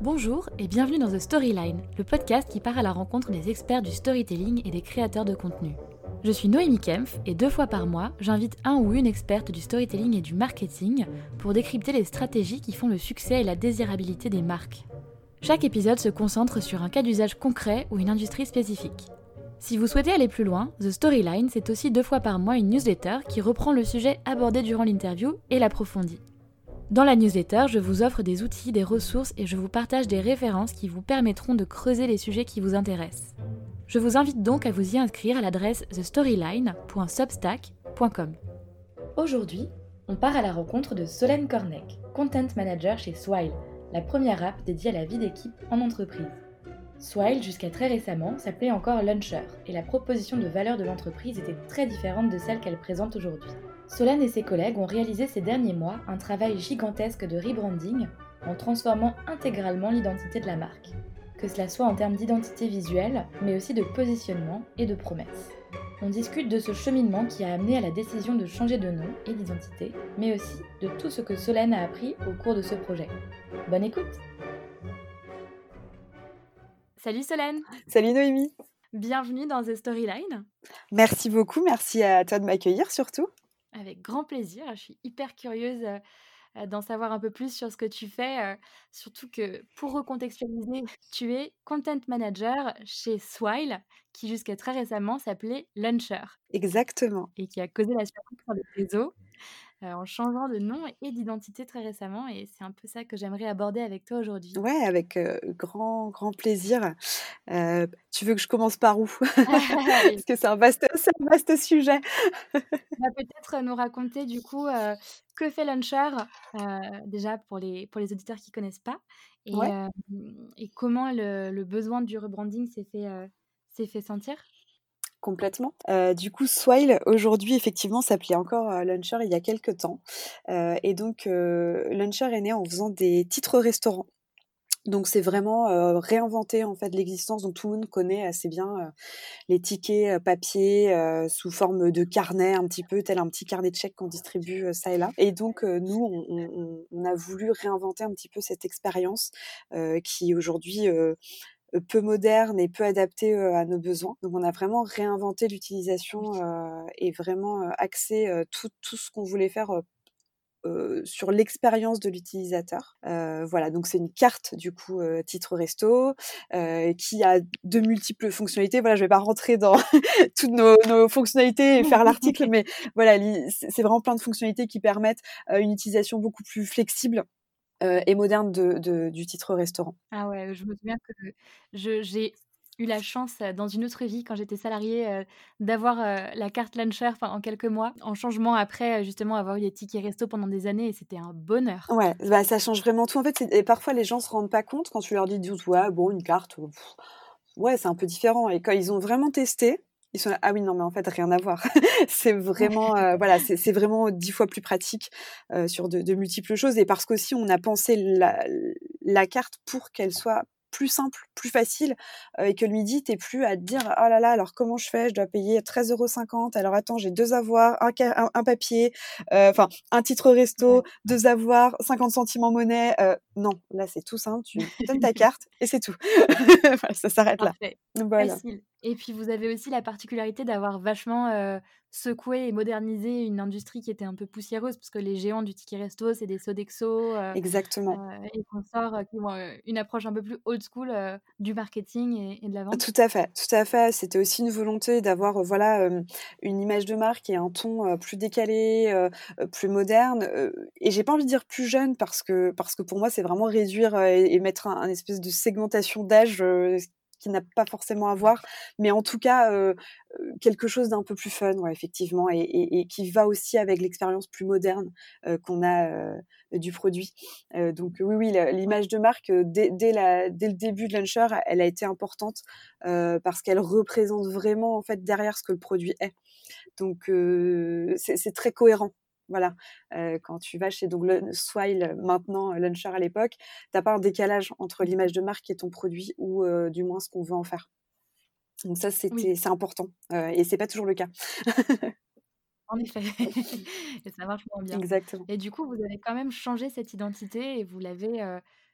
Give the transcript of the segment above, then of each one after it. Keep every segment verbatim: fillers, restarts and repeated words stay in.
Bonjour et bienvenue dans The Storyline, le podcast qui part à la rencontre des experts du storytelling et des créateurs de contenu. Je suis Noémie Kempf et deux fois par mois, j'invite un ou une experte du storytelling et du marketing pour décrypter les stratégies qui font le succès et la désirabilité des marques. Chaque épisode se concentre sur un cas d'usage concret ou une industrie spécifique. Si vous souhaitez aller plus loin, The Storyline, c'est aussi deux fois par mois une newsletter qui reprend le sujet abordé durant l'interview et l'approfondit. Dans la newsletter, je vous offre des outils, des ressources et je vous partage des références qui vous permettront de creuser les sujets qui vous intéressent. Je vous invite donc à vous y inscrire à l'adresse the storyline point substack point com. Aujourd'hui, on part à la rencontre de Solène Cornec, Content Manager chez Swile, la première app dédiée à la vie d'équipe en entreprise. Swile, jusqu'à très récemment, s'appelait encore Launcher, et la proposition de valeur de l'entreprise était très différente de celle qu'elle présente aujourd'hui. Solène et ses collègues ont réalisé ces derniers mois un travail gigantesque de rebranding en transformant intégralement l'identité de la marque, que cela soit en termes d'identité visuelle, mais aussi de positionnement et de promesses. On discute de ce cheminement qui a amené à la décision de changer de nom et d'identité, mais aussi de tout ce que Solène a appris au cours de ce projet. Bonne écoute! Salut Solène! Salut Noémie! Bienvenue dans The Storyline. Merci beaucoup, merci à toi de m'accueillir surtout. Avec grand plaisir, je suis hyper curieuse euh, d'en savoir un peu plus sur ce que tu fais, euh, surtout que pour recontextualiser, tu es Content Manager chez Swile, qui jusqu'à très récemment s'appelait Launcher. Exactement. Et qui a causé la surprise sur les réseaux euh, en changeant de nom et d'identité très récemment, et c'est un peu ça que j'aimerais aborder avec toi aujourd'hui. Ouais, avec euh, grand, grand plaisir. Euh, tu veux que je commence par où? Parce que c'est un vaste, c'est un vaste sujet. On va peut-être nous raconter du coup euh, que fait Launcher, euh, déjà pour les, pour les auditeurs qui ne connaissent pas, et, Ouais. euh, et comment le, le besoin du rebranding s'est fait, euh, s'est fait sentir. Complètement. Euh, du coup, Swile, aujourd'hui, effectivement, s'appelait encore euh, Launcher il y a quelques temps. Euh, et donc, euh, Launcher est né en faisant des titres restaurants. Donc c'est vraiment euh, réinventer en fait l'existence. Donc tout le monde connaît assez bien euh, les tickets euh, papier euh, sous forme de carnet, un petit peu tel un petit carnet de chèques qu'on distribue euh, ça et là. Et donc euh, nous, on, on, on a voulu réinventer un petit peu cette expérience euh, qui aujourd'hui euh, peu moderne et peu adaptée euh, à nos besoins. Donc on a vraiment réinventé l'utilisation euh, et vraiment euh, axé euh, tout, tout ce qu'on voulait faire euh, Euh, sur l'expérience de l'utilisateur. Euh, voilà, donc c'est une carte du coup euh, titre resto euh, qui a de multiples fonctionnalités. Voilà, je vais pas rentrer dans toutes nos, nos fonctionnalités et faire l'article, mais voilà, c'est vraiment plein de fonctionnalités qui permettent euh, une utilisation beaucoup plus flexible euh, et moderne de, de, du titre restaurant. Ah ouais, je me souviens que je, j'ai eu la chance euh, dans une autre vie, quand j'étais salariée, euh, d'avoir euh, la carte Launcher en quelques mois, en changement après euh, justement avoir eu les tickets resto pendant des années, et c'était un bonheur. Ouais, bah ça change vraiment tout. En fait, et parfois les gens se rendent pas compte quand tu leur dis, ouais, bon, une carte, pff, ouais, c'est un peu différent. Et quand ils ont vraiment testé, ils sont là, ah oui, non, mais en fait, rien à voir. c'est vraiment, euh, voilà, c'est, c'est vraiment dix fois plus pratique euh, sur de, de multiples choses. Et parce qu'aussi, on a pensé la, la carte pour qu'elle soit plus simple, plus facile, euh, et que le midi, t'es plus à te dire, oh là là, alors comment je fais? Je dois payer treize euros cinquante, alors attends, j'ai deux avoirs, un, un, un papier, enfin, euh, un titre resto, ouais. deux avoirs, cinquante centimes en monnaie. Euh, non, là, c'est tout simple, tu donnes ta carte et c'est tout. Voilà, ça s'arrête là. Parfait. Voilà. Facile. Et puis vous avez aussi la particularité d'avoir vachement euh, secoué et modernisé une industrie qui était un peu poussiéreuse, parce que les géants du ticket resto, c'est des Sodexo euh, Exactement. Euh, et consorts euh, qui ont euh, une approche un peu plus old school euh, du marketing et, et de la vente. Tout à fait, tout à fait. C'était aussi une volonté d'avoir euh, voilà euh, une image de marque et un ton euh, plus décalé, euh, plus moderne. Euh, et j'ai pas envie de dire plus jeune parce que parce que pour moi c'est vraiment réduire euh, et, et mettre un, un espèce de segmentation d'âge. Euh, qui n'a pas forcément à voir, mais en tout cas euh, quelque chose d'un peu plus fun, ouais, effectivement, et, et, et qui va aussi avec l'expérience plus moderne euh, qu'on a euh, du produit. Euh, donc oui, oui, l'image de marque euh, dès, dès, la, dès le début de Launcher, elle a été importante euh, parce qu'elle représente vraiment en fait derrière ce que le produit est. Donc euh, c'est très cohérent. Voilà, euh, quand tu vas chez donc le Swile maintenant, Launcher à l'époque, t'as pas un décalage entre l'image de marque et ton produit ou euh, du moins ce qu'on veut en faire. Donc ça c'était oui. C'est important euh, et c'est pas toujours le cas. En effet, et ça marche moins bien. Exactement. Et du coup, vous avez quand même changé cette identité et vous l'avez euh,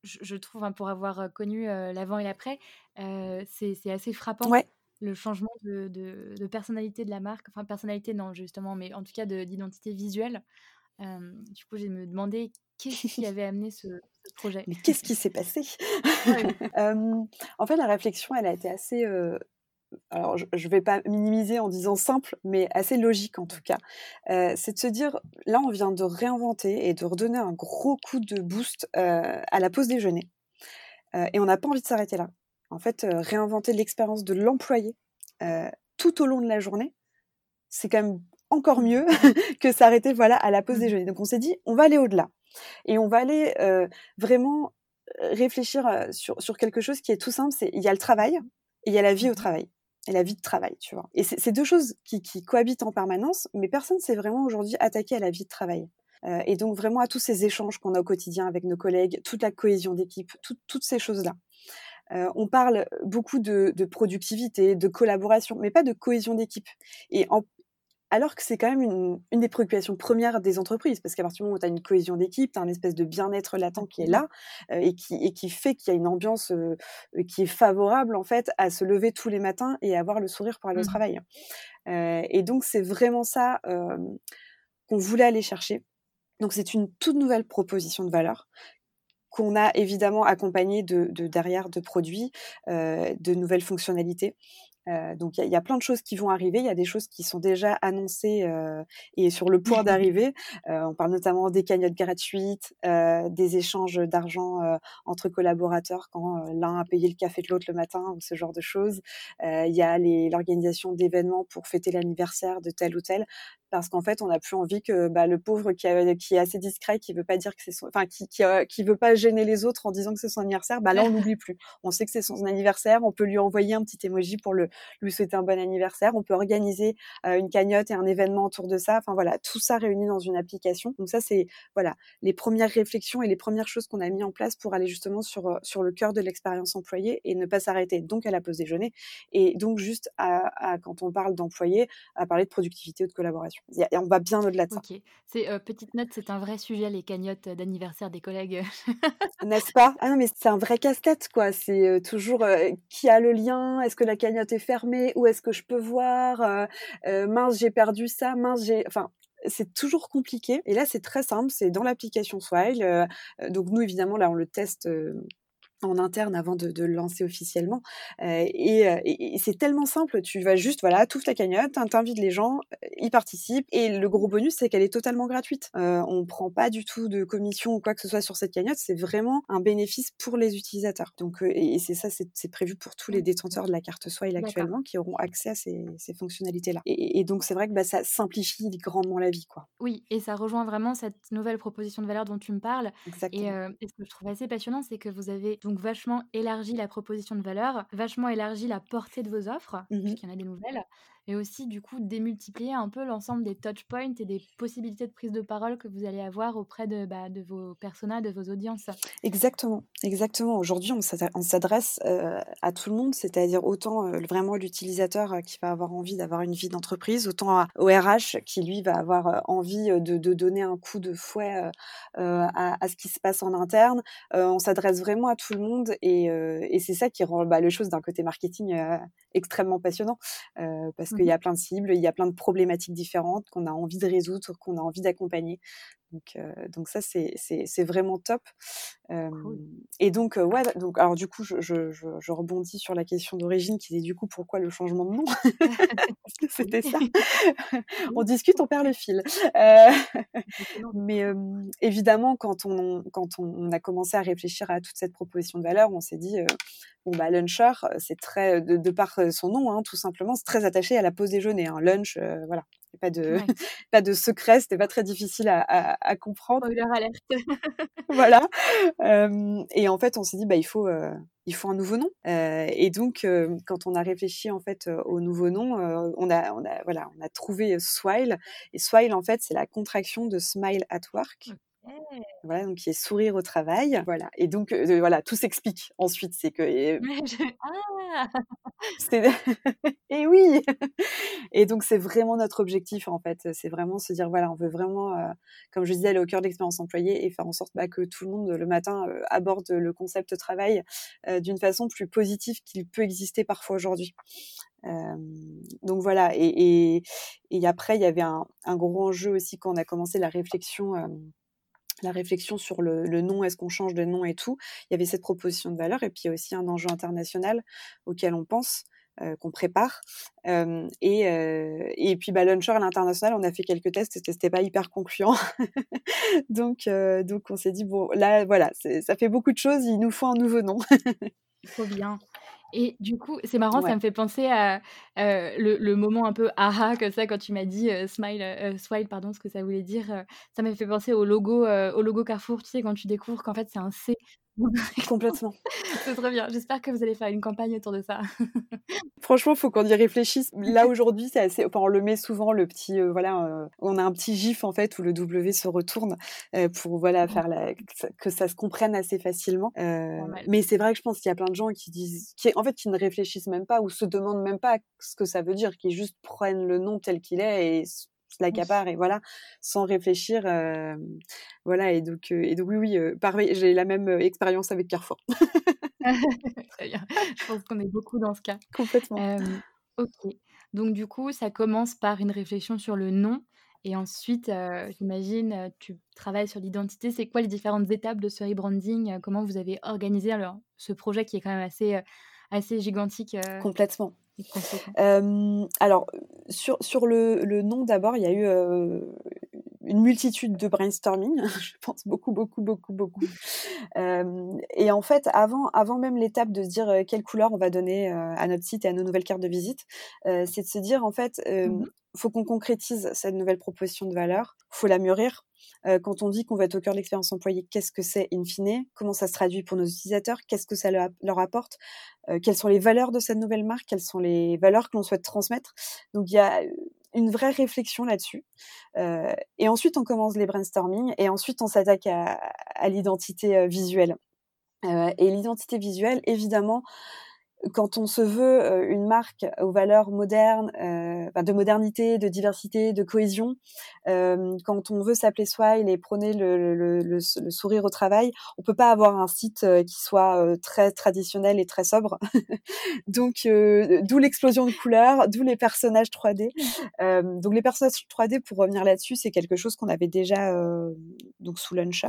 je je trouve, hein, pour avoir, heu, connu, heu, l'avant et l'après, heu, c'est c'est assez frappant, Ouais. le changement de de de personnalité de la marque. Enfin, personnalité non, justement, mais en tout cas de d'identité visuelle. Hem, du coup, je me demandais qu'est-ce qui avait amené ce ce projet? Mais qu'est-ce qui s'est passé? Ouais. Hem, en fait, la réflexion, elle a été assez, heu, alors je je vais pas minimiser en disant simple, mais assez logique en tout cas. Heu, c'est de se dire: «Là, on vient de réinventer et de redonner un gros coup de boost, heu, à la pause déjeuner, heu, et on n'a pas envie de s'arrêter là». En fait, heu, réinventer l'expérience de l'employé, heu, tout au long de la journée, c'est quand même encore Mmh. mieux que s'arrêter, voilà, à la pause Mmh. déjeuner. Donc on s'est dit: «On va aller au-delà et on va aller, heu, vraiment, heu, réfléchir, heu, sur sur quelque chose qui est tout simple, c'est il y a le travail et il y a la vie au Mmh. travail et la vie de travail», tu vois? Et c'est c'est deux choses qui qui cohabitent en permanence, mais personne s'est vraiment aujourd'hui attaqué à la vie de travail, heu et donc vraiment à tous ces échanges qu'on a au quotidien avec nos collègues, toute la cohésion d'équipe, toutes toutes ces choses-là. Heu, on parle beaucoup de de productivité, de collaboration, mais pas de cohésion d'équipe et en alors que c'est quand même une une des préoccupations premières des entreprises, parce qu'à partir du moment où tu as une cohésion d'équipe, tu as un espèce de bien-être latent qui est Absolument. là, heu et qui et qui fait qu'il y a une ambiance, heu heu, qui est favorable, en fait, à se lever tous les matins et avoir le sourire pour aller au Mmh. travail. Heu et donc c'est vraiment ça, hem, qu'on voulait aller chercher. Donc c'est une toute nouvelle proposition de valeur qu'on a évidemment accompagnée de de derrière de produits, heu, de nouvelles fonctionnalités. Heu, donc il y a il y a plein de choses qui vont arriver. Il y a des choses qui sont déjà annoncées, heu et sur le point d'arriver. Heu, on parle notamment des cagnottes gratuites, heu, des échanges d'argent, heu, entre collaborateurs quand, heu, l'un a payé le café de l'autre le matin ou ce genre de choses. Heu, il y a les l'organisation d'événements pour fêter l'anniversaire de tel ou tel. Parce qu'en fait, on n'a plus envie que, bah, le pauvre qui a qui est assez discret, qui veut pas dire que c'est son enfin qui qui, heu, qui veut pas gêner les autres en disant que c'est son anniversaire, bah, là on l'oublie plus. On sait que c'est son anniversaire, on peut lui envoyer un petit emoji pour le lui souhaiter un bon anniversaire. On peut organiser euh, une cagnotte et un événement autour de ça. Enfin voilà, tout ça réuni dans une application. Donc ça, c'est voilà les premières réflexions et les premières choses qu'on a mis en place pour aller justement sur, euh, sur le cœur de l'expérience employée et ne pas s'arrêter donc à la pause déjeuner et donc juste à, à quand on parle d'employés, à parler de productivité ou de collaboration. Il y a- Et on va bien au-delà de ça. OK. C'est, heu, petite note, c'est un vrai sujet, les cagnottes, d'anniversaire des collègues. N'est-ce pas? Ah non, mais c'est un vrai casse-tête, quoi. C'est, heu, toujours, heu, qui a le lien? Est-ce que la cagnotte est fermée? Où est-ce que je peux voir? Heu heu, mince, j'ai perdu ça, mince, j'ai enfin, c'est toujours compliqué et là, c'est très simple, c'est dans l'application Swile, heu heu, donc nous, évidemment, là, on le teste, heu en interne avant de de le lancer officiellement, heu et heu et et c'est tellement simple, tu vas juste, voilà, tu ouvres ta cagnotte, tu invites les gens, heu, ils participent et le gros bonus, c'est qu'elle est totalement gratuite. Heu, on prend pas du tout de commission ou quoi que ce soit sur cette cagnotte, c'est vraiment un bénéfice pour les utilisateurs. Donc heu et et c'est ça, c'est c'est prévu pour tous les OK. détenteurs de la carte Swile D'accord. actuellement qui auront accès à ces ces fonctionnalités-là et et donc c'est vrai que, bah, ça simplifie grandement la vie, quoi. Oui et ça rejoint vraiment cette nouvelle proposition de valeur dont tu me parles et Exactement. heu et ce que je trouve assez passionnant, c'est que vous avez donc vachement élargi la proposition de valeur, vachement élargi la portée de vos offres, Mmh. puisqu'il y en a des nouvelles et aussi du coup démultiplier un peu l'ensemble des touch points et des possibilités de prise de parole que vous allez avoir auprès de, bah, de vos personas, de vos audiences. Exactement, exactement. Aujourd'hui, on s'ada on s'adresse, heu, à tout le monde, c'est-à-dire autant, heu, vraiment l'utilisateur, heu, qui va avoir envie d'avoir une vie d'entreprise, autant à au R H qui lui va avoir, heu, envie, heu, de de donner un coup de fouet, heu heu, à à ce qui se passe en interne. Heu, on s'adresse vraiment à tout le monde et heu et c'est ça qui rend, bah, les choses d'un côté marketing, heu, extrêmement passionnant, heu, parce qu'il y Mmh. a plein de cibles, il y a plein de problématiques différentes qu'on a envie de résoudre, qu'on a envie d'accompagner. Donc heu, donc ça, c'est c'est c'est vraiment top. Cool. Hem et donc heu, ouais, bah, donc alors du coup, je je je je rebondis sur la question d'origine qui est du coup pourquoi le changement de nom? Parce que Oui. c'était ça. On Oui. discute, on perd le fil. Heu, Exactement. mais hem, évidemment, quand on quand on a commencé à réfléchir à toute cette proposition de valeur, on s'est dit, heu: «Bon, bah, Luncher, heu, c'est très de de par, heu, son nom, hein, tout simplement, c'est très attaché à la pause déjeuner, hein. Lunch, heu, voilà, il y a pas de Ouais. pas de secret, c'était pas très difficile à à à comprendre». Spoiler alerte. Voilà, hem et en fait, on s'est dit: «Bah, il faut, heu, il faut un nouveau nom», heu et donc heu, quand on a réfléchi, en fait, heu, au nouveau nom, heu, on a on a voilà, on a trouvé, heu, Swile et Swile, en fait, c'est la contraction de Smile at Work. OK. Voilà, donc qui est sourire au travail. Voilà et donc heu, voilà, tout s'explique ensuite. C'est que et Ouais, je ah! c'est et oui! Et donc c'est vraiment notre objectif, en fait. C'est vraiment se dire, voilà, on veut vraiment, heu, comme je disais, aller au cœur de l'expérience employée et faire en sorte, bah, que tout le monde, le matin, heu, aborde le concept travail, heu, d'une façon plus positive qu'il peut exister parfois aujourd'hui. Hem, donc voilà et et et après il y avait un un gros enjeu aussi quand on a commencé la réflexion, hem, la réflexion sur le le nom. Est-ce qu'on change de nom et tout? Il y avait cette proposition de valeur et puis il y a aussi un enjeu international auquel on pense, heu, qu'on prépare. Hem et heu et puis, bah, Launcher à l'international, on a fait quelques tests et c'était pas hyper concluant. Donc heu, donc on s'est dit: «Bon, là, voilà, c'est ça fait beaucoup de choses, il nous faut un nouveau nom». Trop bien et du coup, c'est marrant, ça Ouais. me fait penser à, heu, le le moment un peu «Ah ah» comme ça quand tu m'as dit, heu, smile, heu, swile pardon, ce que ça voulait dire, heu, ça m'a fait penser au logo, heu, au logo Carrefour, tu sais, quand tu découvres qu'en fait c'est un C. Complètement. C'est trop bien. J'espère que vous allez faire une campagne autour de ça. Franchement, faut qu'on y réfléchisse. Là, aujourd'hui, c'est assez enfin, on le met souvent le petit, heu, voilà, heu, on a un petit gif, en fait, où le W se retourne, heu, pour, voilà, Mmh. faire la que ça que ça se comprenne assez facilement. Pas Heu, mal. mais c'est vrai que je pense qu'il y a plein de gens qui disent qui en fait, qui ne réfléchissent même pas ou se demandent même pas ce que ça veut dire, qui juste prennent le nom tel qu'il est et s se Oui. l'accaparent et voilà, sans réfléchir, hem, voilà et donc heu et donc oui, oui, heu, pareil, j'ai la même, heu, expérience avec Carrefour. Très bien. Je pense qu'on est beaucoup dans ce cas. Complètement. Hem, OK. Donc du coup, ça commence par une réflexion sur le nom et ensuite, heu, j'imagine, heu, tu travailles sur l'identité. C'est quoi les différentes étapes de ce rebranding? Heu, comment vous avez organisé alors ce projet qui est quand même assez, heu, assez gigantique, heu, Complètement. et conséquent? Hem, alors, heu, sur sur le le nom d'abord, il y a eu, heu, une multitude de brainstorming, je pense beaucoup, beaucoup, beaucoup, beaucoup. Mmh. Hem et en fait, avant avant même l'étape de se dire, heu, quelle couleur on va donner, heu, à notre site et à nos nouvelles cartes de visite, heu, c'est de se dire en fait, Mmh hem, mh. faut qu'on concrétise cette nouvelle proposition de valeur, faut la mûrir. Heu, quand on dit qu'on va être au cœur de l'expérience employée, qu'est-ce que c'est in fine? Comment ça se traduit pour nos utilisateurs? Qu'est-ce que ça leur leur apporte? Heu, quelles sont les valeurs de cette nouvelle marque? Quelles sont les valeurs que l'on souhaite transmettre? Donc il y a, une vraie réflexion là-dessus. Heu et ensuite on commence les brainstorming et ensuite on s'attaque à à l'identité, heu, visuelle. Heu et l'identité visuelle, évidemment, quand on se veut, heu, une marque aux valeurs modernes, heu, bah, de modernité, de diversité, de cohésion, hem, quand on veut s'appeler Swile et prôner le le le le s le sourire au travail, on peut pas avoir un site, heu, qui soit, heu, très traditionnel et très sobre. Donc heu, d'où l'explosion de couleurs, d'où les personnages trois D. Hem, donc les personnages trois D, pour revenir là-dessus, c'est quelque chose qu'on avait déjà, heu, donc sous Launcher,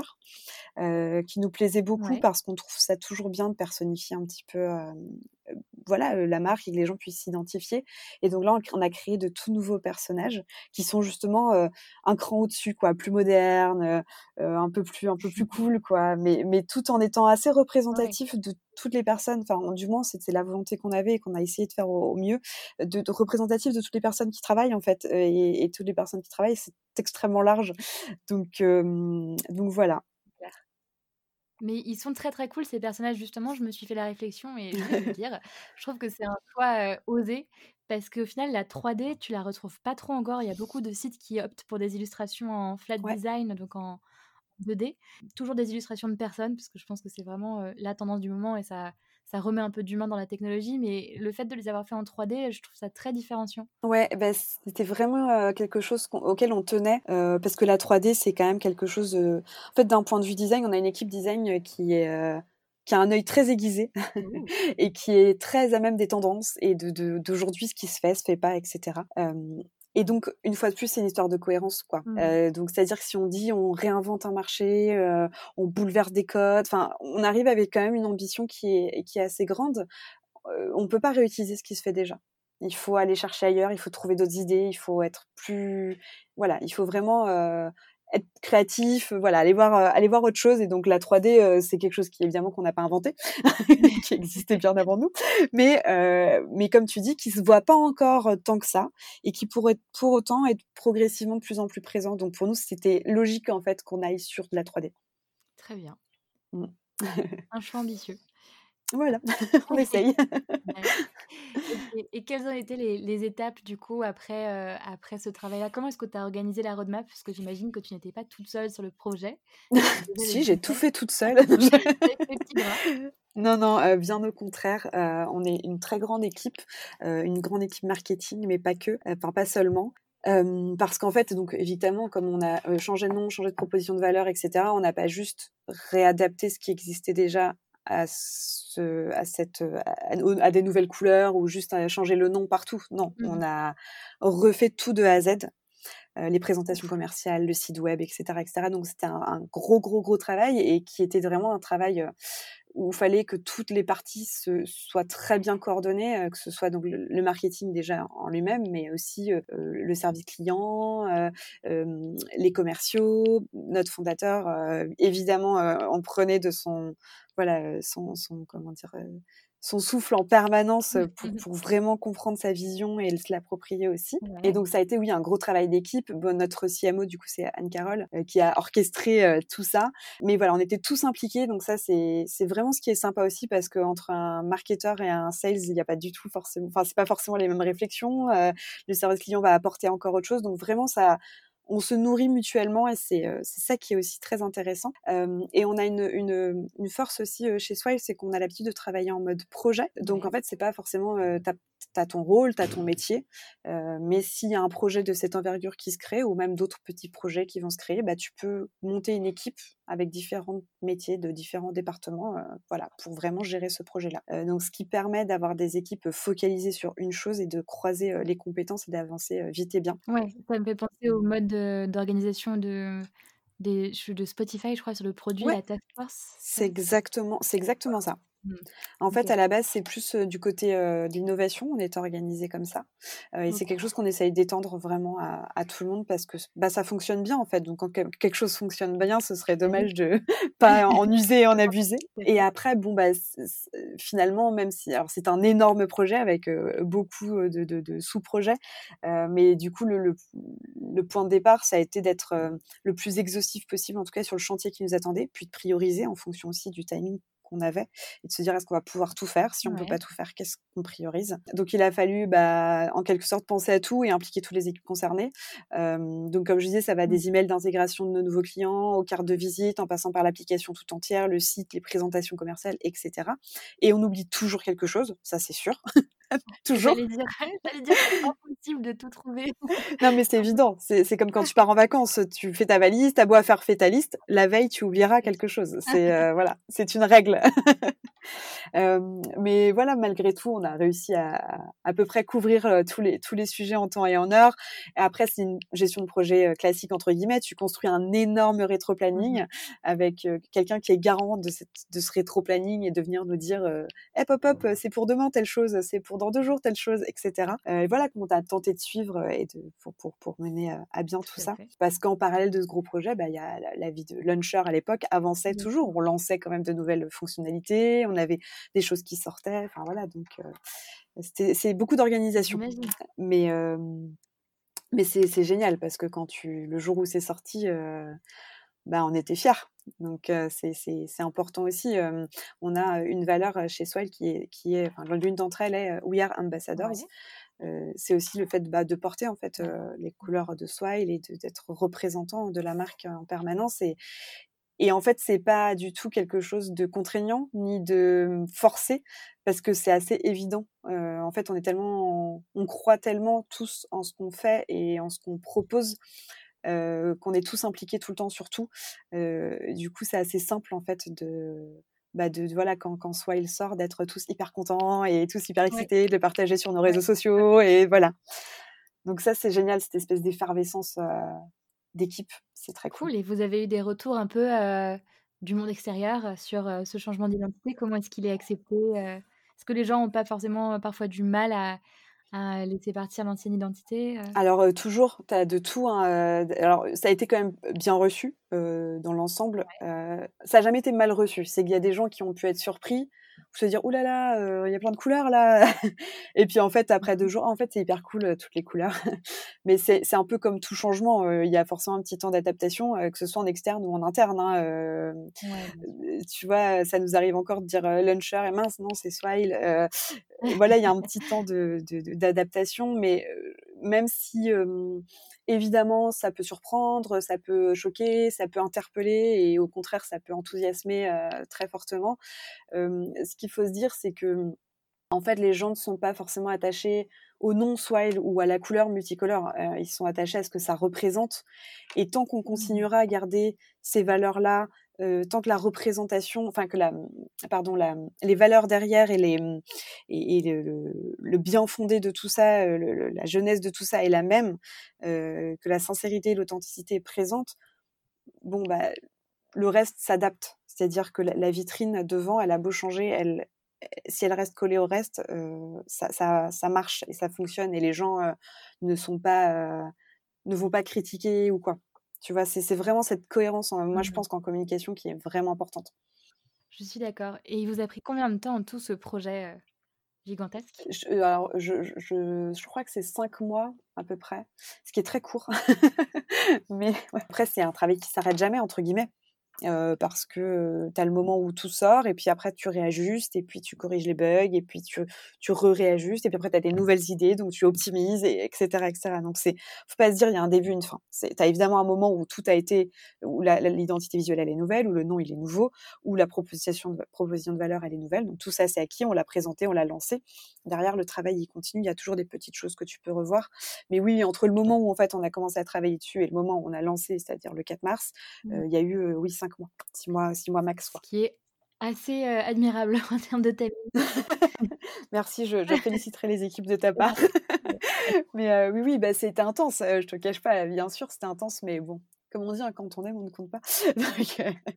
heu, qui nous plaisait beaucoup Ouais. parce qu'on trouve ça toujours bien de personnifier un petit peu, hem, heu, voilà, heu, la marque et que les gens puissent s'identifier et donc là, on on a créé de tout nouveaux personnages qui sont justement, heu, un cran au-dessus quoi, plus modernes, heu heu, un peu plus un peu plus cool quoi, mais mais tout en étant assez Ouais. représentatifs de toutes les personnes, enfin du moins c'était la volonté qu'on avait et qu'on a essayé de faire au au mieux, de de représentatifs de toutes les personnes qui travaillent en fait, heu et et toutes les personnes qui travaillent, c'est extrêmement large donc hem, donc voilà. Super. Mais ils sont très, très cool ces personnages justement, je me suis fait la réflexion et je voulais te le dire. Je trouve que c'est un choix, heu, osé parce qu'au final la trois D, tu la retrouves pas trop encore. Il y a beaucoup de sites qui optent pour des illustrations en flat Ouais. design, donc en deux D. Toujours des illustrations de personnes parce que je pense que c'est vraiment, heu, la tendance du moment et ça ça remet un peu d'humain dans la technologie, mais le fait de les avoir fait en trois D, je trouve ça très différenciant. Ouais, bah, c'était vraiment, heu, quelque chose qu'on auquel on tenait, heu, parce que la trois D, c'est quand même quelque chose, heu en fait, d'un point de vue design, on a une équipe design, heu, qui est, heu, qui a un œil très aiguisé Ouh! et qui est très à même des tendances et de de d'aujourd'hui, ce qui se fait, se fait pas et cetera. Hem et donc une fois de plus, c'est une histoire de cohérence, quoi. Mmh. Heu, donc c'est-à-dire que si on dit: «On réinvente un marché, heu, on bouleverse des codes», enfin, on arrive avec quand même une ambition qui est qui est assez grande. Heu, on peut pas réutiliser ce qui se fait déjà. Il faut aller chercher ailleurs, il faut trouver d'autres idées, il faut être plus voilà, il faut vraiment, heu, être créatif, heu, voilà, aller voir, heu, aller voir autre chose et donc la trois D, heu, c'est quelque chose qui évidemment qu'on n'a pas inventé, qui existait bien avant nous, mais heu, mais comme tu dis, qui se voit pas encore, heu, tant que ça et qui pourrait pour autant être progressivement de plus en plus présent. Donc pour nous, c'était logique en fait qu'on aille sur de la trois D. Très bien. Mmh. Un choix ambitieux. Voilà, on essaye. Ouais. OK et quelles ont été les les étapes du coup après, heu, après ce travail-là? Comment est-ce que tu as organisé la roadmap? Parce que j'imagine que tu n'étais pas toute seule sur le projet. Tu devais le Si, j'ai tout gérer fait toute seule. avec tes petits bras. Non, non, heu, bien au contraire, heu, on est une très grande équipe, heu, une grande équipe marketing, mais pas que, enfin pas seulement. Hem, parce qu'en fait, donc évidemment, comme on a, heu, changé de nom, changé de proposition de valeur et cetera, on n'a pas juste réadapté ce qui existait déjà à ce à cette, heu, à aux à des nouvelles couleurs ou juste à changer le nom partout. Non, Mmh on mh. a refait tout de A à Z, heu, les présentations Ouf. commerciales, le site web et cetera et cetera. Donc c'était un un gros, gros, gros travail et qui était vraiment un travail, heu, où il fallait que toutes les parties se soient très bien coordonnées, heu, que ce soit donc le le marketing déjà en lui-même, mais aussi, heu, le service client, heu, hem, les commerciaux, notre fondateur, heu, évidemment, heu, on prenait de son voilà, heu, son son comment dire? Heu, son souffle en permanence, heu, pour pour vraiment comprendre sa vision et se l'approprier aussi et Ouais. donc ça a été, oui, un gros travail d'équipe. Bon, notre C M O, du coup, c'est Anne-Carole, heu, qui a orchestré, heu, tout ça. Mais voilà, on était tous impliqués, donc ça, c'est c'est vraiment ce qui est sympa aussi parce qu'entre un marketeur et un sales, il y a pas du tout forcément enfin, c'est pas forcément les mêmes réflexions, heu, le service client va apporter encore autre chose, donc vraiment ça on se nourrit mutuellement et c'est, heu, c'est ça qui est aussi très intéressant. Hem et on a une une, une force aussi, heu, chez Swile, c'est qu'on a l'habitude de travailler en mode projet. Donc en Ouais. fait, c'est pas forcément, heu, tu as tu as ton rôle, tu as ton métier, heu, mais s'il y a un projet de cette envergure qui se crée ou même d'autres petits projets qui vont se créer, bah, tu peux monter une équipe avec différents métiers de différents départements, heu, voilà, pour vraiment gérer ce projet-là. Heu, donc ce qui permet d'avoir des équipes focalisées sur une chose et de croiser, heu, les compétences et d'avancer, heu, vite et bien. Ouais, ça me fait penser au mode, heu, d'organisation de des ch de Spotify, je crois, sur le produit, Ouais, la task force, c'est c'est ça? exactement c'est exactement ça. Mmh. En fait, OK. à la base, c'est plus, heu, du côté, heu, de l'innovation, on est organisé comme ça, heu et c'est quelque OK. chose qu'on essaye d'étendre vraiment à à tout le monde parce que bah, ça fonctionne bien, en fait, donc quand quel quelque chose fonctionne bien, ce serait Bah oui. dommage de pas en user et en abuser Tout à et fait. après, bon, bah, c c finalement, même si alors c'est un énorme projet avec, heu, beaucoup, heu, de de de sous-projets, heu, mais du coup, le le le point de départ, ça a été d'être, heu, le plus exhaustif possible, en tout cas sur le chantier qui nous attendait, puis de prioriser en fonction aussi du timing qu'on avait et de se dire: «Est-ce qu'on va pouvoir tout faire? Si on peut Ouais. pas tout faire, qu'est-ce qu'on priorise?» Donc il a fallu, bah, en quelque sorte penser à tout et impliquer toutes les équipes concernées. Hem, donc comme je disais, ça va Mmh. des emails d'intégration de nos nouveaux clients, aux cartes de visite, en passant par l'application tout entière, le site, les présentations commerciales et cetera et on oublie toujours quelque chose, ça c'est sûr, toujours. J'allais dire j'allais dire: «C'est impossible de tout trouver». Non, mais c'est évident. C'est c'est comme quand tu pars en vacances, tu fais ta valise, tu as beau à faire fait ta liste, la veille, tu oublieras C'est quelque sûr. chose. C'est, heu, voilà, c'est une règle. Hem, mais voilà, malgré tout, on a réussi à à peu près couvrir, heu, tous les tous les sujets en temps et en heure. Et après, c'est une gestion de projet, heu, «classique» entre guillemets. Tu construis un énorme Mmh rétro-planning mh. avec, heu, quelqu'un qui est garant de cette de ce rétro-planning et de venir nous dire, heu: «Hep hop hop, c'est pour demain telle chose, c'est pour dans deux jours telle chose» et cetera. Heu, et voilà qu'on a tenté de suivre, heu, et de pour pour pour mener, heu, à bien tout Tout à ça. fait. Parce qu'en parallèle de ce gros projet, bah, il y a la la vie de Launcher à l'époque avançait Bien toujours. sûr. On lançait quand même de nouvelles fonctionnalités, on avait des choses qui sortaient, enfin voilà, donc heu, c'était c'est beaucoup d'organisation. J'imagine. Mais hem, mais c'est c'est génial parce que quand tu le jour où c'est sorti, heu, bah, on était fiers. Donc heu, c'est c'est c'est important aussi, hem, on a une valeur, heu, chez Swile qui est qui est enfin l'une d'entre elles est, heu, We are ambassadors. Ouais. Heu, c'est aussi le fait, bah, de porter en fait, Bah, heu, les couleurs de Swile et de d'être représentant de la marque, heu, en permanence et et en fait, c'est pas du tout quelque chose de contraignant ni de, mmh, forcé parce que c'est assez évident. Heu, en fait, on est tellement on croit tellement tous en ce qu'on fait et en ce qu'on propose, heu, qu'on est tous impliqués tout le temps sur tout. Heu, du coup, c'est assez simple en fait de, bah, de de voilà, quand quand Swile sort, d'être tous hyper contents et tous hyper Ouais, excités de le partager sur nos ouais, réseaux tout à sociaux fait. et voilà. Donc ça, c'est génial, cette espèce d'effervescence, heu, d'équipe, c'est très cool. Cool et vous avez eu des retours un peu, heu, du monde extérieur, heu, sur, heu, ce changement d'identité? Comment est-ce qu'il est accepté, heu? Est-ce que les gens ont pas forcément, heu, parfois du mal à à laisser partir l'ancienne identité, heu? Alors, heu, toujours, tu as de tout, hein, heu, d alors ça a été quand même bien reçu, heu, dans l'ensemble, Ouais. heu, ça a jamais été mal reçu. C'est qu'il y a des gens qui ont pu être surpris, ou se dire: «Ouh là là, heu, il y a plein de couleurs là!» et puis en fait, après deux jours, en fait, c'est hyper cool, heu, toutes les couleurs. Mais c'est c'est un peu comme tout changement, heu, il y a forcément un petit temps d'adaptation, heu, que ce soit en externe ou en interne, hein, hem, Ouais, bien sûr. heu, tu vois, ça nous arrive encore de dire, heu, Luncher et mince, non, c'est Swile, heu, voilà, il y a un petit temps de de de d'adaptation, mais heu, même si, hem, évidemment, ça peut surprendre, ça peut choquer, ça peut interpeller et au contraire, ça peut enthousiasmer, heu, très fortement. Hem, ce qu'il faut se dire, c'est que, en fait, les gens ne sont pas forcément attachés au nom Swile ou à la couleur multicolore. Heu, ils sont attachés à ce que ça représente et tant qu'on Mmh. continuera à garder ces valeurs-là, heu, tant que la représentation enfin que la, mmh, pardon, la, mmh, les valeurs derrière et les, mmh et et le le le bien fondé de tout ça, heu, le le la jeunesse de tout ça est la même, heu, que la sincérité et l'authenticité est présente, bon, bah, le reste s'adapte. C'est-à-dire que la la vitrine devant, elle a beau changer, elle si elle reste collée au reste, heu, ça ça ça marche et ça fonctionne et les gens, heu, ne sont pas, heu, ne vont pas critiquer ou quoi. Tu vois? C'est c'est vraiment cette cohérence, en moi, je Mmh. pense qu'en communication qui est vraiment importante. Je suis d'accord et il vous a pris combien de temps en tout ce projet, heu, gigantesque? Je euh, alors je je je je crois que c'est cinq mois à peu près, ce qui est très court. Mais ouais, après c'est un travail qui «s'arrête jamais» entre guillemets. Heu, parce que, heu, tu as le moment où tout sort et puis après tu réajustes et puis tu corriges les bugs et puis tu tu re-réajustes et puis après tu as des nouvelles idées donc tu optimises et et cetera et cetera. Donc c'est faut pas se dire il y a un début, une fin. C'est tu as évidemment un moment où tout a été où la la l'identité visuelle elle est nouvelle, où le nom il est nouveau, où la proposition de proposition de valeur elle est nouvelle. Donc tout ça c'est acquis, on l'a présenté, on l'a lancé. Derrière le travail il continue, il y a toujours des petites choses que tu peux revoir. Mais oui, entre le moment où en fait on a commencé à travailler dessus et le moment où on a lancé, c'est-à-dire le quatre mars, Mmh. Heu, il y a eu, heu, oui cinq mois, six mois six mois max, Ce quoi. qui est assez, heu, admirable en termes de timing. Merci, je je féliciterai les équipes de ta Ouais, part. Mais heu, oui, oui, bah, c'était intense, heu, je te cache pas, bien sûr, c'était intense, mais bon, comme on dit, hein, quand on aime, on ne compte pas. Donc heu,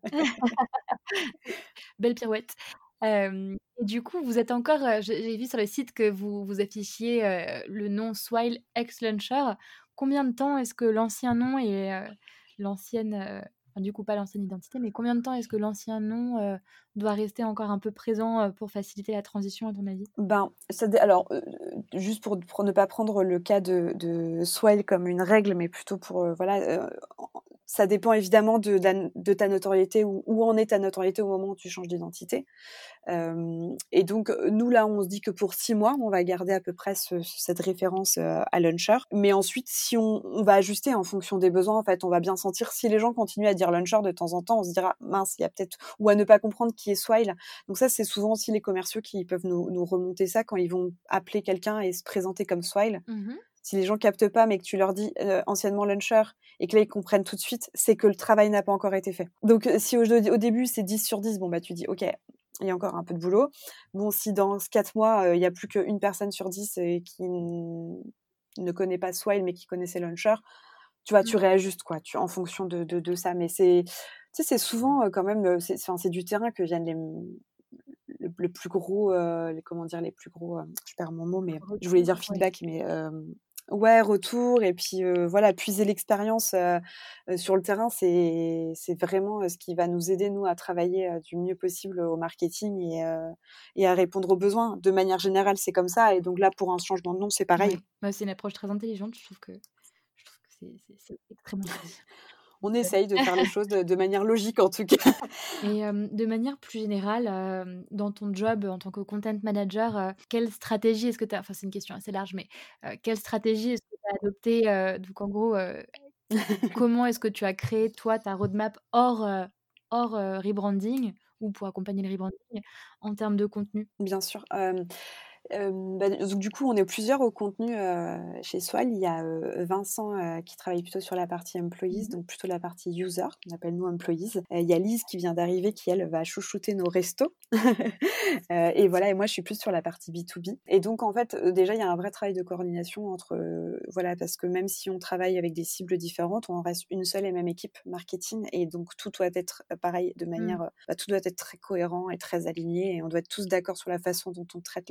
belle pirouette. Hem et du coup, vous êtes encore, heu, j'ai j'ai vu sur le site que vous vous affichiez, heu, le nom Swile ex Launcher. Combien de temps est-ce que l'ancien nom et heu, l'ancienne, heu, enfin, du coup, pas l'ancienne identité, mais combien de temps est-ce que l'ancien nom, heu, doit rester encore un peu présent, heu, pour faciliter la transition à ton avis? ben, ça dé alors, heu, juste pour pour ne pas prendre le cas de de Swile comme une règle, mais plutôt pour, heu, voilà, heu, en ça dépend évidemment de la de ta notoriété, où où en est ta notoriété au moment où tu changes d'identité. Hem et donc, heu, nous, là, on se dit que pour six mois, on va garder à peu près ce cette référence, heu, à Launcher. Mais ensuite, si on on va ajuster en fonction des besoins, en fait. On va bien sentir si les gens continuent à dire Launcher de temps en temps, on se dira: «Mince, il y a peut-être» ou à ne pas comprendre qui est Swile. Donc ça, c'est souvent aussi les commerciaux qui peuvent nous nous remonter ça quand ils vont appeler quelqu'un et se présenter comme Swile. Mmh. Si les gens captent pas, mais que tu leur dis, heu, anciennement Launcher et que là, ils comprennent tout de suite, c'est que le travail n'a pas encore été fait. Donc, heu, si au au début, c'est dix sur dix, bon, bah, tu dis: «OK, il y a encore un peu de boulot». Bon, si dans ce quatre mois, heu, il y a plus qu'une personne sur dix, heu, qui n ne connaît pas Swile, mais qui connaissait Launcher, tu vois, tu Mmh. réajustes, quoi, tu en fonction de de de ça. Mais c'est tu sais, c'est souvent, heu, quand même, heu, c'est enfin, c'est du terrain que viennent les, mmh, le le plus gros, heu, les comment dire? Les plus gros, hem, je perds mon mot, mais je voulais dire Retour, ouais. feedback, mais hem, ouais, retour et puis, heu, voilà, puiser l'expérience, heu heu, sur le terrain, c'est c'est vraiment, heu, ce qui va nous aider, nous, à travailler, heu, du mieux possible, au marketing et heu et à répondre aux besoins. De manière générale, c'est comme ça et donc là, pour un changement de nom, c'est pareil. Ouais, bah, c'est une approche très intelligente, je trouve que je trouve que c'est c'est c'est extrêmement dit. On essaye de faire les choses de de manière logique, en tout cas. Et hem, de manière plus générale, hem, dans ton job en tant que content manager, heu, quelle stratégie est-ce que tu as enfin, c'est une question assez large, mais heu, quelle stratégie est-ce que tu as adoptée? Heu, donc en gros, heu, comment est-ce que tu as créé toi ta roadmap hors, heu, hors, heu, rebranding ou pour accompagner le rebranding en termes de contenu? Bien sûr, hem Hem, bah, donc du coup, on est plusieurs au contenu, heu, chez Swile. Il y a, heu, Vincent, heu, qui travaille plutôt sur la partie employees, Mmh. donc plutôt la partie user, qu'on appelle nous employees. Heu, il y a Lise qui vient d'arriver, qui elle va chouchouter nos restos. Heu et voilà et moi je suis plus sur la partie B to B et donc en fait, heu, déjà il y a un vrai travail de coordination entre, heu, voilà parce que même si on travaille avec des cibles différentes, on reste une seule et même équipe marketing et donc tout doit être, heu, pareil de Mmh. manière, heu, bah, tout doit être très cohérent et très aligné et on doit être tous d'accord sur la façon dont on traite les choses.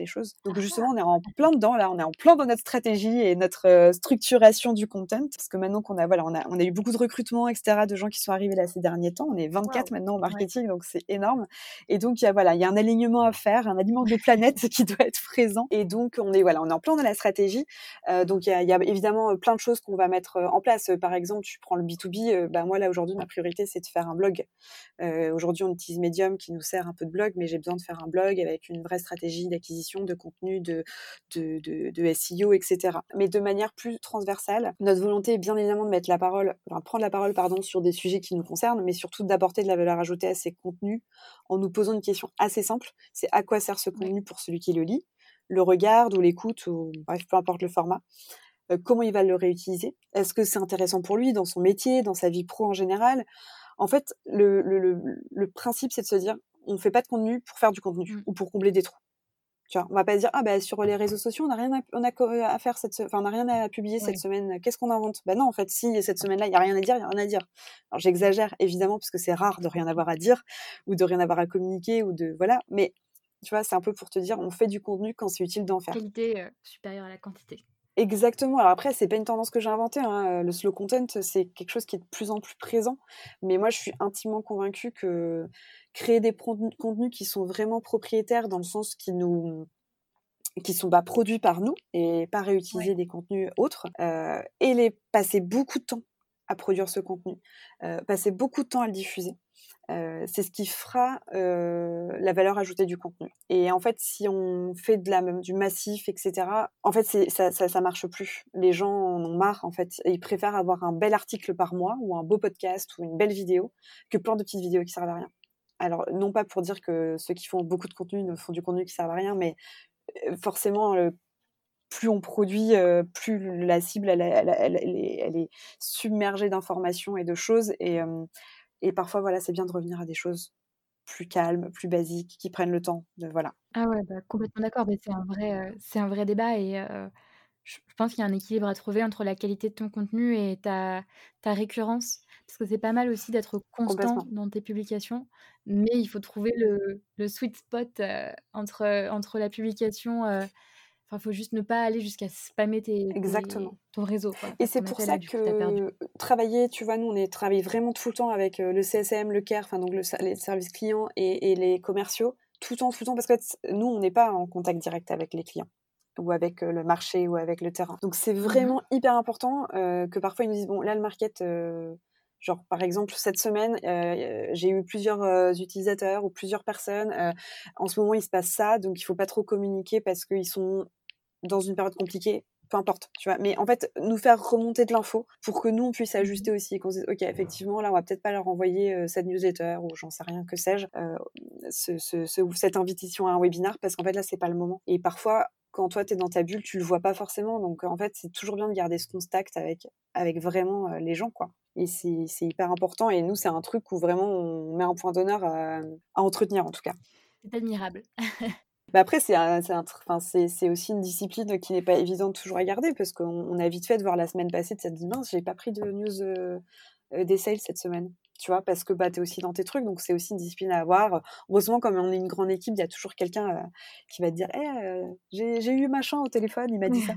Donc justement, on est en plein dedans là, on est en plein dans notre stratégie et notre euh, structuration du content, parce que maintenant qu'on a voilà, on a on a eu beaucoup de recrutements, et cetera, de gens qui sont arrivés là ces derniers temps. On est vingt-quatre Waouh. maintenant au Ouais. marketing, donc c'est énorme. Et donc il y a voilà, il y a un alignement à faire, un alignement de planète qui doit être présent. Et donc on est voilà, on est en plein dans la stratégie. Euh, donc il y a, il y a évidemment euh, plein de choses qu'on va mettre euh, en place. Euh, Par exemple, tu prends le B deux B. Euh, bah moi là aujourd'hui, ma priorité c'est de faire un blog. Euh, aujourd'hui, on utilise Medium qui nous sert un peu de blog, mais j'ai besoin de faire un blog avec une vraie stratégie d'acquisition, de contenu, de, de, de, de S E O, et cetera. Mais de manière plus transversale, notre volonté est bien évidemment de mettre la parole, enfin, prendre la parole pardon, sur des sujets qui nous concernent, mais surtout d'apporter de la valeur ajoutée à ces contenus en nous posant une question assez simple. C'est à quoi sert ce contenu pour celui qui le lit, le regarde ou l'écoute, ou bref, peu importe le format. Euh, comment il va le réutiliser? Est-ce que c'est intéressant pour lui dans son métier, dans sa vie pro en général? En fait, le, le, le, le principe, c'est de se dire, on ne fait pas de contenu pour faire du contenu Mm. ou pour combler des trous. Tu vois, on va pas se dire, ah bah sur les réseaux sociaux, on n'a rien à, on a à faire cette, se- enfin on n'a rien à publier Ouais. cette semaine. Qu'est-ce qu'on invente? Bah non, en fait, si cette semaine-là, il y a rien à dire, il y a rien à dire. Alors j'exagère évidemment parce que c'est rare de rien avoir à dire ou de rien avoir à communiquer ou de voilà. Mais tu vois, c'est un peu pour te dire, on fait du contenu quand c'est utile d'en faire. Qualité euh, supérieure à la quantité. Exactement. Alors après, c'est pas une tendance que j'ai inventée, hein. Le slow content, c'est quelque chose qui est de plus en plus présent. Mais moi, je suis intimement convaincue que créer des contenus contenus qui sont vraiment propriétaires dans le sens qui nous qui sont bah, produits par nous et pas réutiliser Ouais. des contenus autres, euh, et les passer beaucoup de temps à produire ce contenu, euh, passer beaucoup de temps à le diffuser. Euh, c'est ce qui fera euh, la valeur ajoutée du contenu. Et en fait, si on fait de la, du massif, et cetera, en fait, c'est, ça, ça, ça marche plus. Les gens en ont marre, en fait. Et ils préfèrent avoir un bel article par mois ou un beau podcast ou une belle vidéo que plein de petites vidéos qui servent à rien. Alors, non pas pour dire que ceux qui font beaucoup de contenu ne font du contenu qui servent à rien, mais forcément, euh, plus on produit, euh, plus la cible, elle, elle, elle, elle, est, elle est submergée d'informations et de choses. Et, euh, et parfois, voilà, c'est bien de revenir à des choses plus calmes, plus basiques, qui prennent le temps de voilà. Ah ouais, bah, complètement d'accord. Mais c'est un vrai, heu, c'est un vrai débat et heu, je je pense qu'il y a un équilibre à trouver entre la qualité de ton contenu et ta ta récurrence. Parce que c'est pas mal aussi d'être constant Complètement. dans tes publications, mais il faut trouver le le sweet spot, heu, entre, entre la publication, heu, enfin, faut juste ne pas aller jusqu'à spammer tes tes Exactement. ton réseau, quoi. Et Parce c'est qu'en pour effet, ça là, du coup, tu as perdu. que travailler, tu vois, nous, on est travaille vraiment tout le temps avec euh, le C S M, le care, enfin, donc le, ser- les services clients et, et les commerciaux, tout le temps, tout le temps, parce que nous, on n'est pas en contact direct avec les clients ou avec euh, le marché ou avec le terrain. Donc, c'est Mmh. vraiment hyper important euh, que parfois, ils nous disent, bon, là, le market, euh, genre, par exemple, cette semaine, euh, j'ai eu plusieurs euh, utilisateurs ou plusieurs personnes. Euh, en ce moment, il se passe ça, donc il faut pas trop communiquer parce qu'ils sont dans une période compliquée, peu importe, tu vois. Mais en fait, nous faire remonter de l'info pour que nous, on puisse Mmh. ajuster aussi et qu'on se dise, OK, effectivement, là, on va peut-être pas leur envoyer euh, cette newsletter ou j'en sais rien, que sais-je, euh, ce, ce, ce- cette invitation à un webinar parce qu'en fait, là, c'est pas le moment. Et parfois, quand toi, tu es dans ta bulle, tu le vois pas forcément. Donc, en fait, c'est toujours bien de garder ce contact avec, avec vraiment euh, les gens, quoi. Et c'est, c'est hyper important. Et nous, c'est un truc où vraiment on met un point d'honneur à, à entretenir, en tout cas. C'est admirable. Bah après, c'est un, c'est un tr- enfin, c'est, c'est aussi une discipline qui n'est pas évidente toujours à garder parce qu'on on a vite fait de voir la semaine passée de se dire mince, j'ai pas pris de news euh, euh, des sales cette semaine. Tu vois, parce que bah, tu es aussi dans tes trucs, donc c'est aussi une discipline à avoir. Heureusement, comme on est une grande équipe, il y a toujours quelqu'un euh, qui va te dire hey, euh, j'ai, j'ai eu machin au téléphone, il m'a dit ça.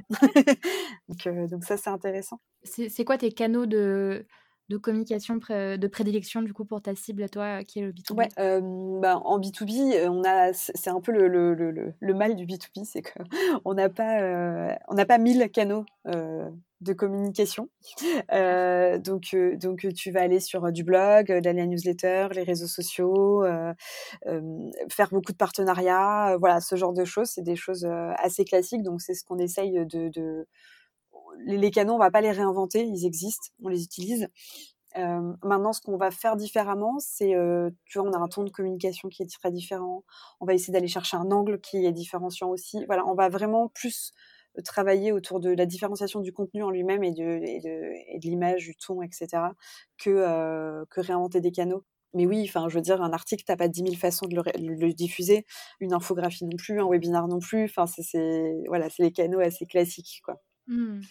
donc, euh, donc ça, c'est intéressant. C'est c'est quoi tes canaux de de communication pré de prédilection, du coup, pour ta cible à toi, qui est le B deux B? Ouais, hem, bah, en B deux B, heu, on a c'est c'est un peu le le le le le mal du B deux B, c'est qu'on n'a pas, heu, on n'a pas mille canaux, heu, de communication. Heu, donc heu, donc heu, tu vas aller sur, heu, du blog, heu, de la newsletter, les réseaux sociaux, heu, hem, faire beaucoup de partenariats, heu, voilà, ce genre de choses, c'est des choses, heu, assez classiques. Donc c'est ce qu'on essaye, de de les les canaux, on va pas les réinventer, ils existent, on les utilise. Euh, maintenant, ce qu'on va faire différemment, c'est, euh, tu vois, on a un ton de communication qui est très différent. On va essayer d'aller chercher un angle qui est différenciant aussi. Voilà, on va vraiment plus travailler autour de la différenciation du contenu en lui-même et de, et de, et de l'image, du ton, et cetera, que, euh, que réinventer des canaux. Mais oui, enfin, je veux dire, un article, t'as pas dix mille façons de le, ré- le diffuser, une infographie non plus, un webinar non plus. Enfin, c'est, c'est, voilà, c'est les canaux assez classiques, quoi. Mmh.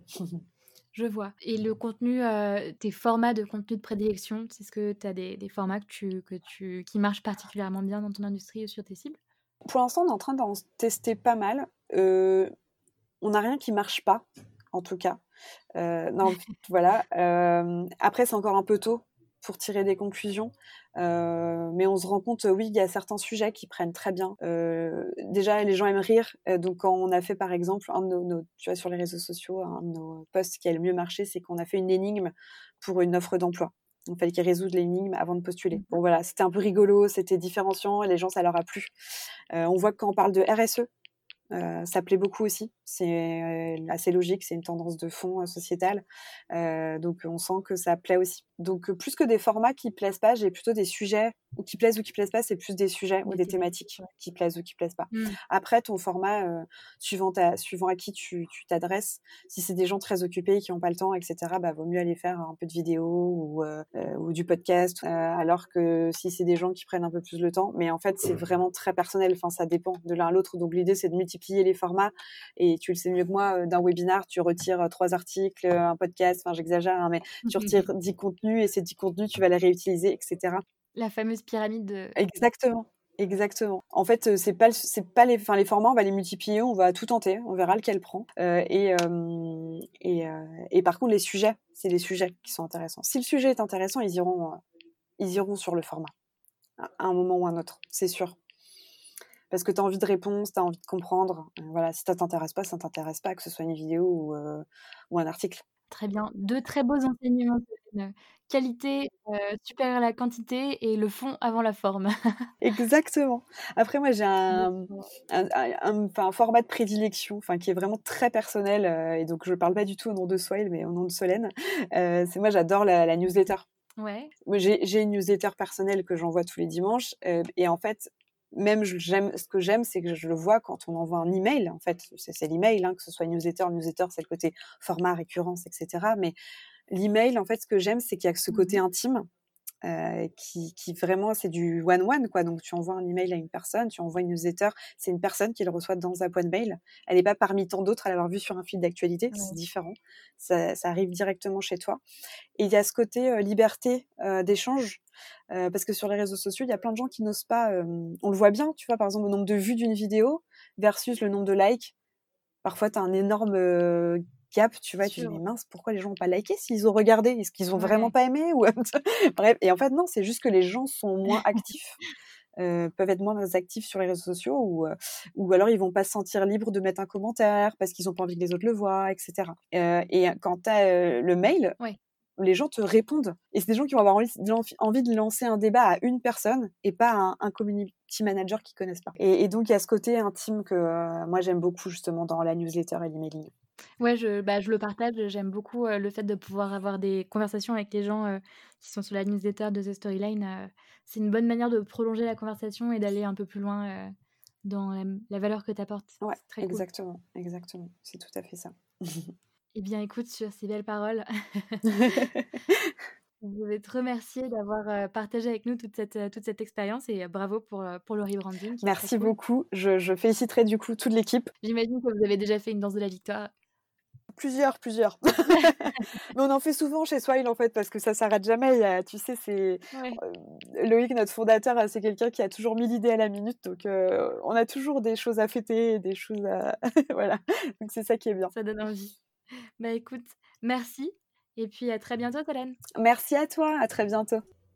Je vois. Et le contenu, heu, tes formats de contenu de prédilection, c'est ce que tu as des des formats que tu que tu qui marchent particulièrement bien dans ton industrie ou sur tes cibles? Pour l'instant, on est en train d'en tester pas mal. Euh, on n'a rien qui marche pas, en tout cas. Euh, non, voilà. Euh, après, c'est encore un peu tôt pour tirer des conclusions. Euh, mais on se rend compte, oui, il y a certains sujets qui prennent très bien. Euh, déjà, les gens aiment rire. Euh, donc, quand on a fait, par exemple, un de nos, nos, tu vois, sur les réseaux sociaux, un de nos posts qui a le mieux marché, c'est qu'on a fait une énigme pour une offre d'emploi. Il fallait qu'ils résoudent l'énigme avant de postuler. Bon, voilà, c'était un peu rigolo, c'était différenciant, et les gens, ça leur a plu. Euh, on voit que quand on parle de R S E, Euh, ça plaît beaucoup aussi, c'est euh, assez logique, c'est une tendance de fond euh, sociétale, euh, donc on sent que ça plaît aussi. Donc euh, plus que des formats qui plaisent pas, j'ai plutôt des sujets ou qui plaisent ou qui plaisent pas, c'est plus des sujets ou des thématiques ouais. qui plaisent ou qui plaisent pas. Mmh. Après ton format, euh, suivant, ta, suivant à qui tu, tu t'adresses, si c'est des gens très occupés qui n'ont pas le temps, et cetera, bah vaut mieux aller faire un peu de vidéo ou, euh, euh, ou du podcast, euh, alors que si c'est des gens qui prennent un peu plus le temps, mais en fait c'est vraiment très personnel, enfin ça dépend de l'un à l'autre, donc l'idée c'est de multiplier les formats, et tu le sais mieux que moi, d'un webinaire, tu retires trois articles, un podcast, enfin j'exagère, hein, mais tu retires dix contenus, et ces dix contenus, tu vas les réutiliser, et cetera. La fameuse pyramide de... Exactement. Exactement. En fait, c'est pas, c'est pas les, enfin les formats, on va les multiplier, on va tout tenter, on verra lequel prend. Euh, et, euh, et, euh, et par contre, les sujets, c'est les sujets qui sont intéressants. Si le sujet est intéressant, ils iront, euh, ils iront sur le format, à un moment ou un autre, c'est sûr. Parce que tu as envie de réponse, tu as envie de comprendre. Voilà, si ça t'intéresse pas, ça t'intéresse pas, que ce soit une vidéo ou, euh, ou un article. Très bien. Deux très beaux enseignements. Qualité euh, supérieure à la quantité et le fond avant la forme. Exactement. Après, moi, j'ai un, un, un, un, un format de prédilection qui est vraiment très personnel. Euh, et donc, je ne parle pas du tout au nom de Swile, mais au nom de Solène. Euh, c'est moi, j'adore la, la newsletter. Ouais. J'ai, j'ai une newsletter personnelle que j'envoie tous les dimanches. Euh, et en fait, même j'aime, ce que j'aime, c'est que je le vois quand on envoie un email. En fait, c'est, c'est l'email, hein, que ce soit newsletter, newsletter, c'est le côté format, récurrence, et cetera. Mais l'email, en fait, ce que j'aime, c'est qu'il y a ce côté intime. Euh, qui, qui vraiment, c'est du one-one, quoi. Donc, tu envoies un email à une personne, tu envoies une newsletter, c'est une personne qui le reçoit dans sa boîte mail. Elle n'est pas parmi tant d'autres à l'avoir vu sur un fil d'actualité, ouais. C'est différent. Ça, ça arrive directement chez toi. Et il y a ce côté euh, liberté euh, d'échange, euh, parce que sur les réseaux sociaux, il y a plein de gens qui n'osent pas, euh, on le voit bien, tu vois, par exemple, le nombre de vues d'une vidéo versus le nombre de likes. Parfois, tu as un énorme euh, gap, tu vois, tu dis, mais mince, pourquoi les gens n'ont pas liké s'ils ont regardé? Est-ce qu'ils ont ouais. vraiment pas aimé ou... Bref, et en fait, non, c'est juste que les gens sont moins actifs, euh, peuvent être moins actifs sur les réseaux sociaux, ou, euh, ou alors ils vont pas se sentir libres de mettre un commentaire parce qu'ils ont pas envie que les autres le voient, et cetera. Euh, et quand tu as euh, le mail, ouais. les gens te répondent. Et c'est des gens qui vont avoir envie, envie de lancer un débat à une personne et pas à un, un community manager qu'ils connaissent pas. Et, et donc, il y a ce côté intime que euh, moi, j'aime beaucoup justement dans la newsletter et l'emailing. Ouais, je, bah, je le partage. J'aime beaucoup euh, le fait de pouvoir avoir des conversations avec les gens euh, qui sont sur la newsletter de The Storyline. Euh, c'est une bonne manière de prolonger la conversation et d'aller un peu plus loin euh, dans la, la valeur que tu apportes. Ouais, très exactement, cool. exactement. C'est tout à fait ça. Eh bien, écoute, sur ces belles paroles, je vais te remercier d'avoir partagé avec nous toute cette, toute cette expérience, et bravo pour, pour le rebranding. Merci cool. beaucoup. Je, je féliciterai du coup toute l'équipe. J'imagine que vous avez déjà fait une danse de la victoire. Plusieurs, plusieurs. Mais on en fait souvent chez Swile, en fait, parce que ça s'arrête jamais. Il y a, tu sais, c'est ouais. euh, Loïc, notre fondateur, c'est quelqu'un qui a toujours mille idées à la minute. Donc, euh, on a toujours des choses à fêter, des choses à... voilà. Donc, c'est ça qui est bien. Ça donne envie. Bah, écoute, merci. Et puis, à très bientôt, Solène. Merci à toi. À très bientôt.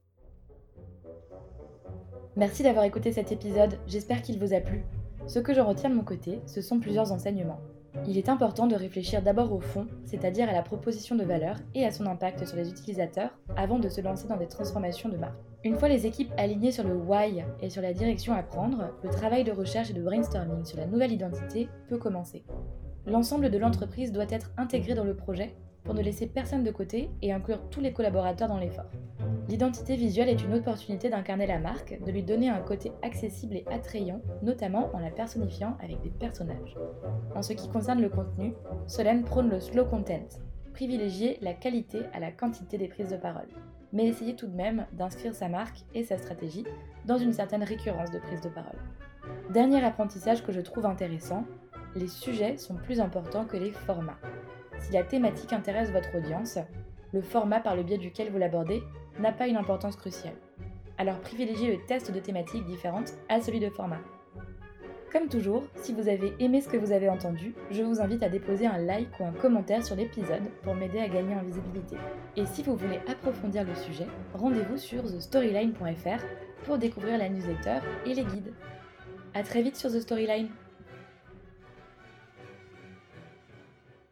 Merci d'avoir écouté cet épisode. J'espère qu'il vous a plu. Ce que je retiens de mon côté, ce sont plusieurs enseignements. Il est important de réfléchir d'abord au fond, c'est-à-dire à la proposition de valeur et à son impact sur les utilisateurs, avant de se lancer dans des transformations de marque. Une fois les équipes alignées sur le why et sur la direction à prendre, le travail de recherche et de brainstorming sur la nouvelle identité peut commencer. L'ensemble de l'entreprise doit être intégré dans le projet pour ne laisser personne de côté et inclure tous les collaborateurs dans l'effort. L'identité visuelle est une opportunité d'incarner la marque, de lui donner un côté accessible et attrayant, notamment en la personnifiant avec des personnages. En ce qui concerne le contenu, Solène prône le slow content, privilégier la qualité à la quantité des prises de parole, mais essayer tout de même d'inscrire sa marque et sa stratégie dans une certaine récurrence de prises de parole. Dernier apprentissage que je trouve intéressant, les sujets sont plus importants que les formats. Si la thématique intéresse votre audience, le format par le biais duquel vous l'abordez n'a pas une importance cruciale. Alors privilégiez le test de thématiques différentes à celui de format. Comme toujours, si vous avez aimé ce que vous avez entendu, je vous invite à déposer un like ou un commentaire sur l'épisode pour m'aider à gagner en visibilité. Et si vous voulez approfondir le sujet, rendez-vous sur the storyline point f r pour découvrir la newsletter et les guides. A très vite sur The Storyline.